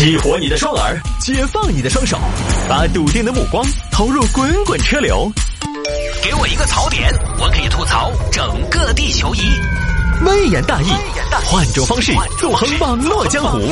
激活你的双耳，解放你的双手，把笃定的目光投入滚滚车流。 给我一个槽点，我可以吐槽整个地球仪。 微言大义，换种方式纵横网络江湖。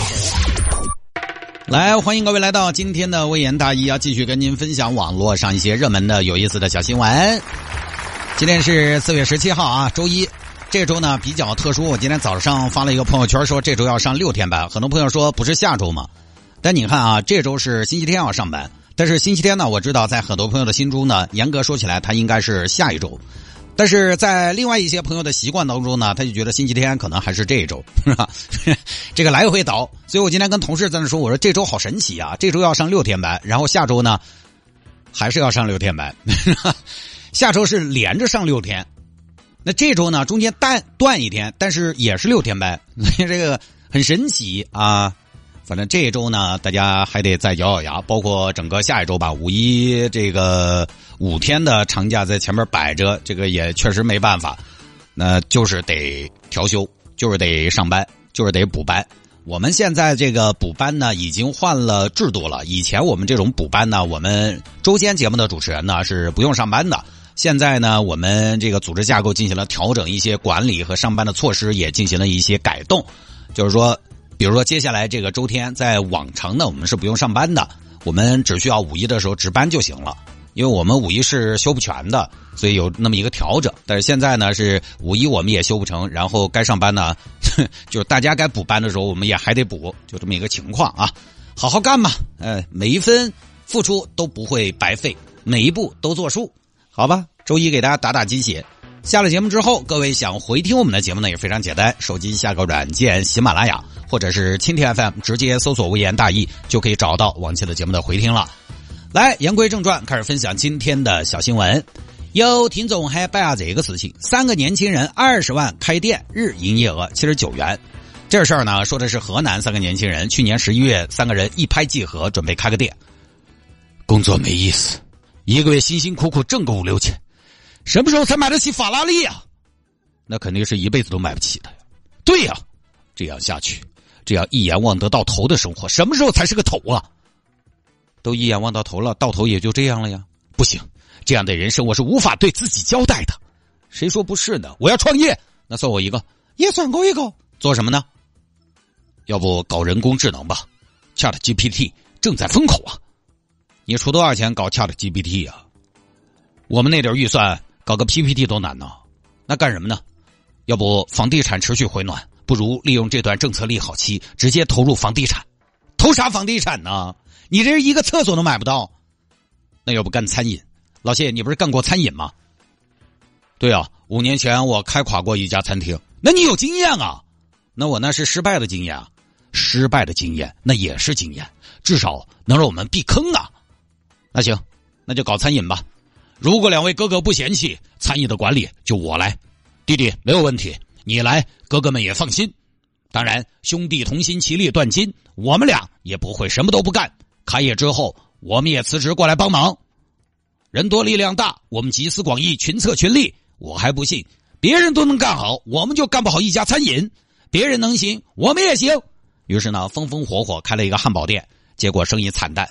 来，欢迎各位来到今天的微言大义，要继续跟您分享网络上一些热门的有意思的小新闻。今天是4月17号啊，周一。这周呢比较特殊，我今天早上发了一个朋友圈说这周要上6天班，很多朋友说不是下周吗？但你看啊，这周是星期天要上班，但是星期天呢，我知道在很多朋友的心中呢，严格说起来它应该是下一周，但是在另外一些朋友的习惯当中呢，他就觉得星期天可能还是这一周，是吧？这个来回倒，所以我今天跟同事在那说，我说这周好神奇啊，这周要上6天班，然后下周呢还是要上6天班，下周是连着上6天。那这周呢，中间断一天，但是也是6天班，所以这个很神奇啊。反正这一周呢，大家还得再咬咬牙，包括整个下一周吧，五一这个5天的长假在前面摆着，这个也确实没办法，那就是得调休，就是得上班，就是得补班。我们现在这个补班呢，已经换了制度了。以前我们这种补班呢，我们周间节目的主持人呢是不用上班的。现在呢，我们这个组织架构进行了调整，一些管理和上班的措施也进行了一些改动。就是说，比如说接下来这个周天，在往常呢我们是不用上班的，我们只需要五一的时候值班就行了。因为我们五一是休不全的，所以有那么一个调整。但是现在呢，是五一我们也休不成，然后该上班呢，就是大家该补班的时候，我们也还得补，就这么一个情况啊。好好干嘛，每一分付出都不会白费，每一步都作数。好吧，周一给大家打打鸡血。下了节目之后，各位想回听我们的节目呢，也非常简单，手机下个软件喜马拉雅或者是蜻蜓 FM， 直接搜索微言大义就可以找到往期的节目的回听了。来，言归正传，开始分享今天的小新闻。有听众还摆下这个事情，3个年轻人20万开店，日营业额79元。这事儿呢，说的是河南3个年轻人，去年11月3个人一拍即合，准备开个店。工作没意思，一个月辛辛苦苦挣个5、6千，什么时候才买得起法拉利啊？那肯定是一辈子都买不起的呀。对呀，这样下去，这样一眼望得到头的生活，什么时候才是个头啊？都一眼望到头了，到头也就这样了呀。不行，这样的人生我是无法对自己交代的。谁说不是呢？我要创业，那算我一个，也算我一个。做什么呢？要不搞人工智能吧 ，ChatGPT 正在风口啊。你出多少钱搞 ChatGPT 啊？我们那点预算搞个 PPT 都难呢。那干什么呢？要不房地产持续回暖，不如利用这段政策利好期直接投入房地产。投啥房地产呢？你这一个厕所都买不到。那要不干餐饮？老谢，你不是干过餐饮吗？对啊，5年前我开垮过一家餐厅。那你有经验啊？那我那是失败的经验啊。失败的经验那也是经验，至少能让我们避坑啊。那行，那就搞餐饮吧。如果2位哥哥不嫌弃，餐饮的管理就我来。弟弟没有问题，你来，哥哥们也放心。当然，兄弟同心，其利断金，我们俩也不会什么都不干。开业之后，我们也辞职过来帮忙。人多力量大，我们集思广益，群策群力。我还不信，别人都能干好，我们就干不好一家餐饮。别人能行，我们也行。于是呢，风风火火开了一个汉堡店，结果生意惨淡。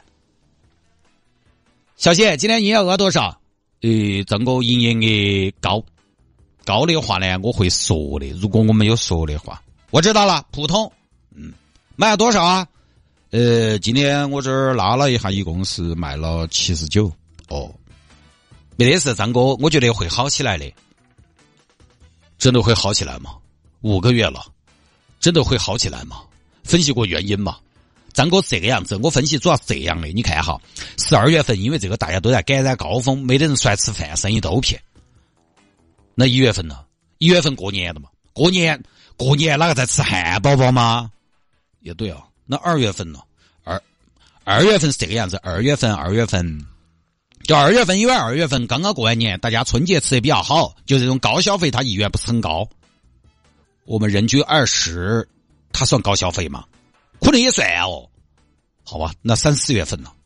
小谢，今天营业额多少？整个营业额高的话呢，我会说的。如果我没有说的话，我知道了，普通。卖了多少啊？今天我这儿拉了一下，一共是卖了79。哦，没得事，张哥，我觉得会好起来的。真的会好起来吗？5个月了，真的会好起来吗？分析过原因吗？张哥这个样子，我分析主要是这样的，你看哈，12月份因为这个大家都在感染高峰，没得人出来吃饭，生意都撇。那1月份呢？1月份过年的嘛，过年哪个在吃汉堡包吗？也对啊。那2月份呢？2月份是这个样子，2月份，就2月份，因为2月份刚刚过完年，大家春节吃的比较好，就这种高消费，它意愿不是很高。我们人均20，它算高消费吗？可能也算哦。好吧，那3、4月份呢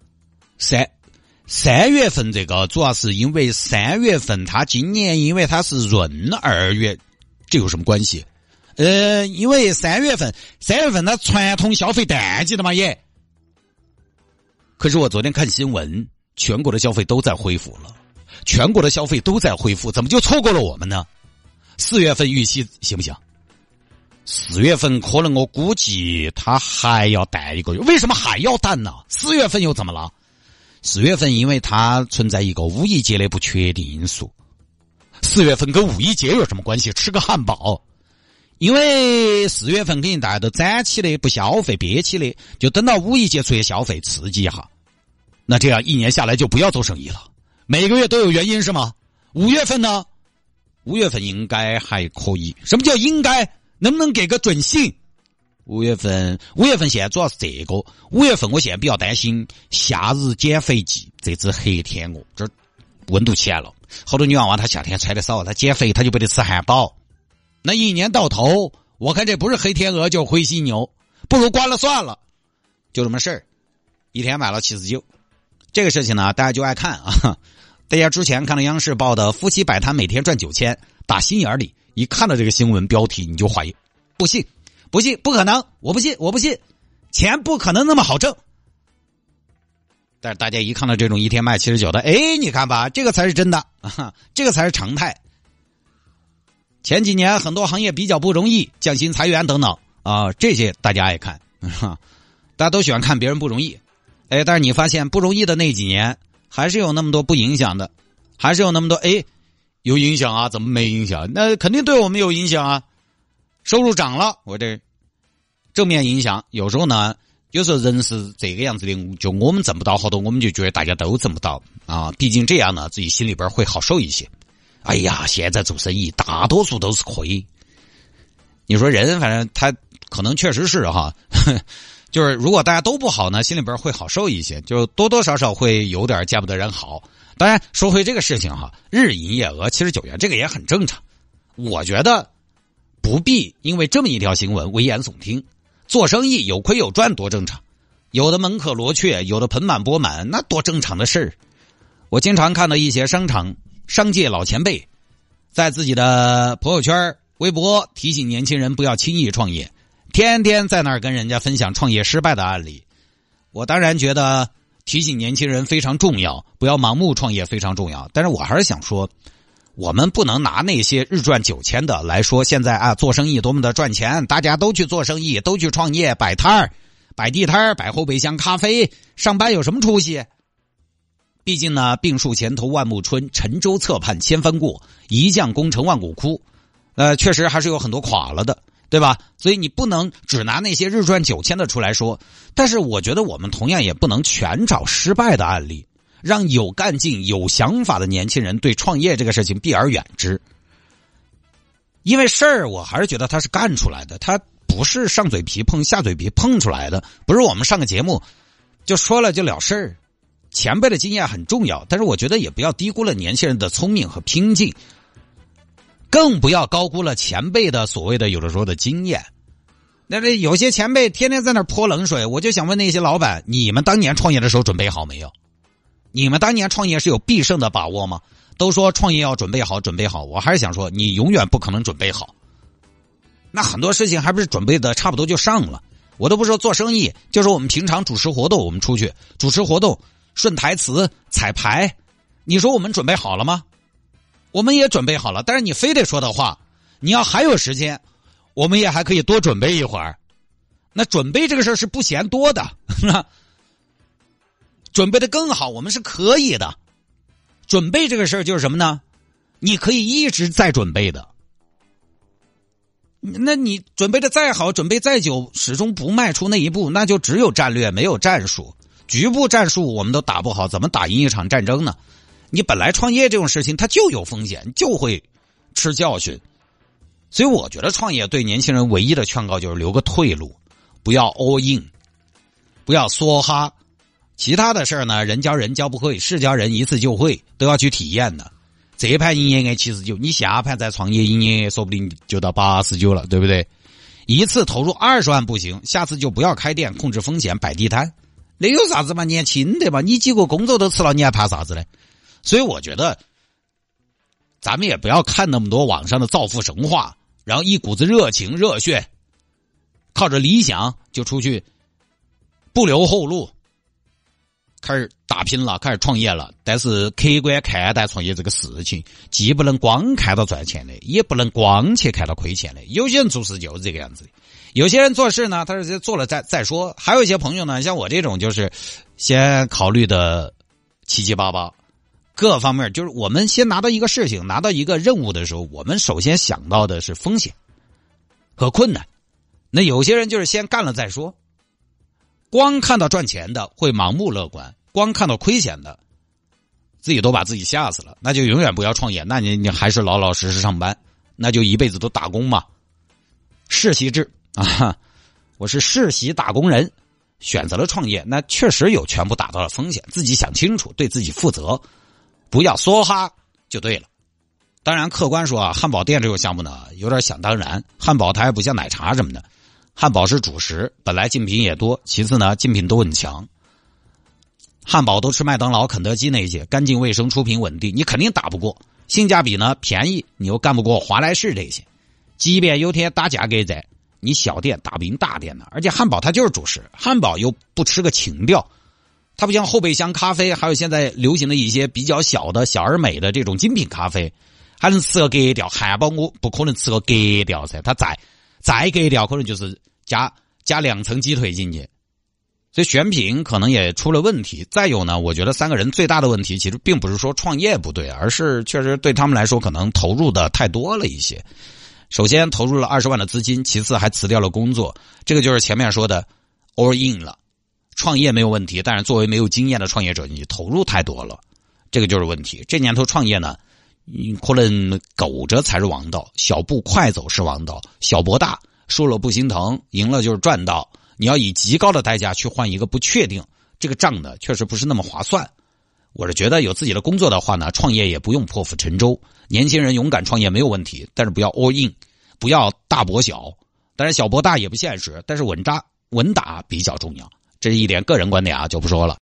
？3月份这个主要是因为3月份它今年因为它是闰2月，这有什么关系？ 因为3月份它传统消费淡季的嘛也。可是我昨天看新闻，全国的消费都在恢复了，全国的消费都在恢复，怎么就错过了我们呢？4月份预期行不行？4月份可能我估计它还要淡1个月，为什么还要淡呢？4月份又怎么了？4月份因为它存在一个五一节的不确定因素。4月份跟五一节有什么关系？吃个汉堡。因为4月份肯定大家都攒起的不消费憋起的，就等到五一节出去消费刺激一下。那这样一年下来就不要做生意了，每个月都有原因是吗？5月份呢？5月份应该还可以。什么叫应该？能不能给个准信？5月份现在主要是这个。5月份我现在比较担心夏日减肥季，这只黑天鹅这温度起来了，好多女娃娃她夏天穿的少，她减肥她就不得吃汉堡。那一年到头我看这不是黑天鹅就是灰犀牛，不如关了算了。就这么事儿，一天买了79。这个事情呢大家就爱看啊。大家之前看了央视报的夫妻摆摊每天赚9000，打心眼里一看到这个新闻标题你就怀疑，不信不可能，我不信钱不可能那么好挣。但是大家一看到这种一天卖79的，你看吧，这个才是真的，这个才是常态。前几年很多行业比较不容易，降薪裁员等等啊，这些大家爱看，大家都喜欢看别人不容易。但是你发现不容易的那几年还是有那么多不影响的，还是有那么多有影响啊，怎么没影响？那肯定对我们有影响啊，收入涨了，我这正面影响。有时候人是这个样子的，就我们挣不到好多，我们就觉得大家都挣不到啊，毕竟这样呢自己心里边会好受一些。哎呀，现在做生意大多数都是亏。你说人反正他可能确实是哈，就是如果大家都不好呢，心里边会好受一些，就多多少少会有点见不得人好。当然说回这个事情哈，日营业额79元这个也很正常，我觉得不必因为这么一条新闻危言耸听。做生意有亏有赚多正常，有的门可罗雀，有的盆满钵满，那多正常的事儿。我经常看到一些商界老前辈在自己的朋友圈微博提醒年轻人不要轻易创业，天天在那儿跟人家分享创业失败的案例。我当然觉得提醒年轻人非常重要，不要盲目创业非常重要，但是我还是想说，我们不能拿那些日赚9000的来说现在做生意多么的赚钱，大家都去做生意，都去创业，摆摊儿摆地摊儿，摆后备箱咖啡，上班有什么出息？毕竟呢，病树前头万木春，沉舟侧畔千帆过，一将功成万骨枯。确实还是有很多垮了的，对吧？所以你不能只拿那些日赚9000的出来说。但是我觉得我们同样也不能全找失败的案例，让有干劲、有想法的年轻人对创业这个事情避而远之。因为事儿，我还是觉得它是干出来的，它不是上嘴皮碰下嘴皮碰出来的，不是我们上个节目就说了就了事儿。前辈的经验很重要，但是我觉得也不要低估了年轻人的聪明和拼劲，更不要高估了前辈的所谓的有的时候的经验。那有些前辈天天在那泼冷水，我就想问那些老板，你们当年创业的时候准备好没有？你们当年创业是有必胜的把握吗？都说创业要准备好，我还是想说你永远不可能准备好。那很多事情还不是准备的差不多就上了。我都不说做生意，就是我们平常主持活动，我们出去主持活动顺台词彩排，你说我们准备好了吗？我们也准备好了，但是你非得说的话，你要还有时间，我们也还可以多准备一会儿。那准备这个事儿是不嫌多的，准备的更好我们是可以的。准备这个事儿就是什么呢？你可以一直在准备的。那你准备的再好，准备再久，始终不迈出那一步，那就只有战略没有战术。局部战术我们都打不好，怎么打赢一场战争呢？你本来创业这种事情它就有风险，就会吃教训。所以我觉得创业对年轻人唯一的劝告就是留个退路，不要 all in， 不要梭哈。其他的事儿呢，人教人教不会，事教人一次就会，都要去体验的。这一盘营业额79，你下盘再创业营业额说不定就到89了，对不对？一次投入20万不行，下次就不要开店，控制风险，摆地摊。那有啥子嘛？年轻的嘛，你几个工作都辞了，你还怕啥子呢？所以我觉得咱们也不要看那么多网上的造富神话然后一股子热情热血，靠着理想就出去，不留后路，开始打拼了，开始创业了。但是客观看待创业这个事情，既不能光看到赚钱的，也不能光去看到亏钱的。有些人做事就是这个样子，有些人做事呢，他是做了再说。还有一些朋友呢，像我这种就是先考虑的七七八八，各方面就是我们先拿到一个事情，拿到一个任务的时候，我们首先想到的是风险和困难。那有些人就是先干了再说，光看到赚钱的会盲目乐观，光看到亏钱的自己都把自己吓死了，那就永远不要创业，那你还是老老实实上班，那就一辈子都打工嘛。世袭制啊，我是世袭打工人，选择了创业，那确实有全部打到了风险，自己想清楚，对自己负责，不要梭哈就对了。当然客观说啊，汉堡店这个项目呢有点想当然，汉堡它还不像奶茶什么的，汉堡是主食，本来竞品也多，其次呢竞品都很强。汉堡都吃麦当劳肯德基那些，干净卫生出品稳定，你肯定打不过。性价比呢便宜，你又干不过华莱士这些。即便有天打价格在，你小店打不赢大店的。而且汉堡它就是主食，汉堡又不吃个情调，它不像后备箱咖啡，还有现在流行的一些比较小的小而美的这种精品咖啡，还能吃个格调。汉堡我不可能吃个格调噻，它再格调可能就是加2层鸡腿进去，所以选品可能也出了问题。再有呢，我觉得3个人最大的问题其实并不是说创业不对，而是确实对他们来说可能投入的太多了一些。首先投入了20万的资金，其次还辞掉了工作，这个就是前面说的 all in 了。创业没有问题，但是作为没有经验的创业者，你投入太多了，这个就是问题。这年头创业呢，可能苟着才是王道，小步快走是王道，小博大，输了不心疼，赢了就是赚到。你要以极高的代价去换一个不确定，这个账呢确实不是那么划算。我是觉得有自己的工作的话呢，创业也不用破釜沉舟，年轻人勇敢创业没有问题，但是不要 all in， 不要大博小，当然小博大也不现实，但是稳打比较重要，这是一点个人观点啊，就不说了。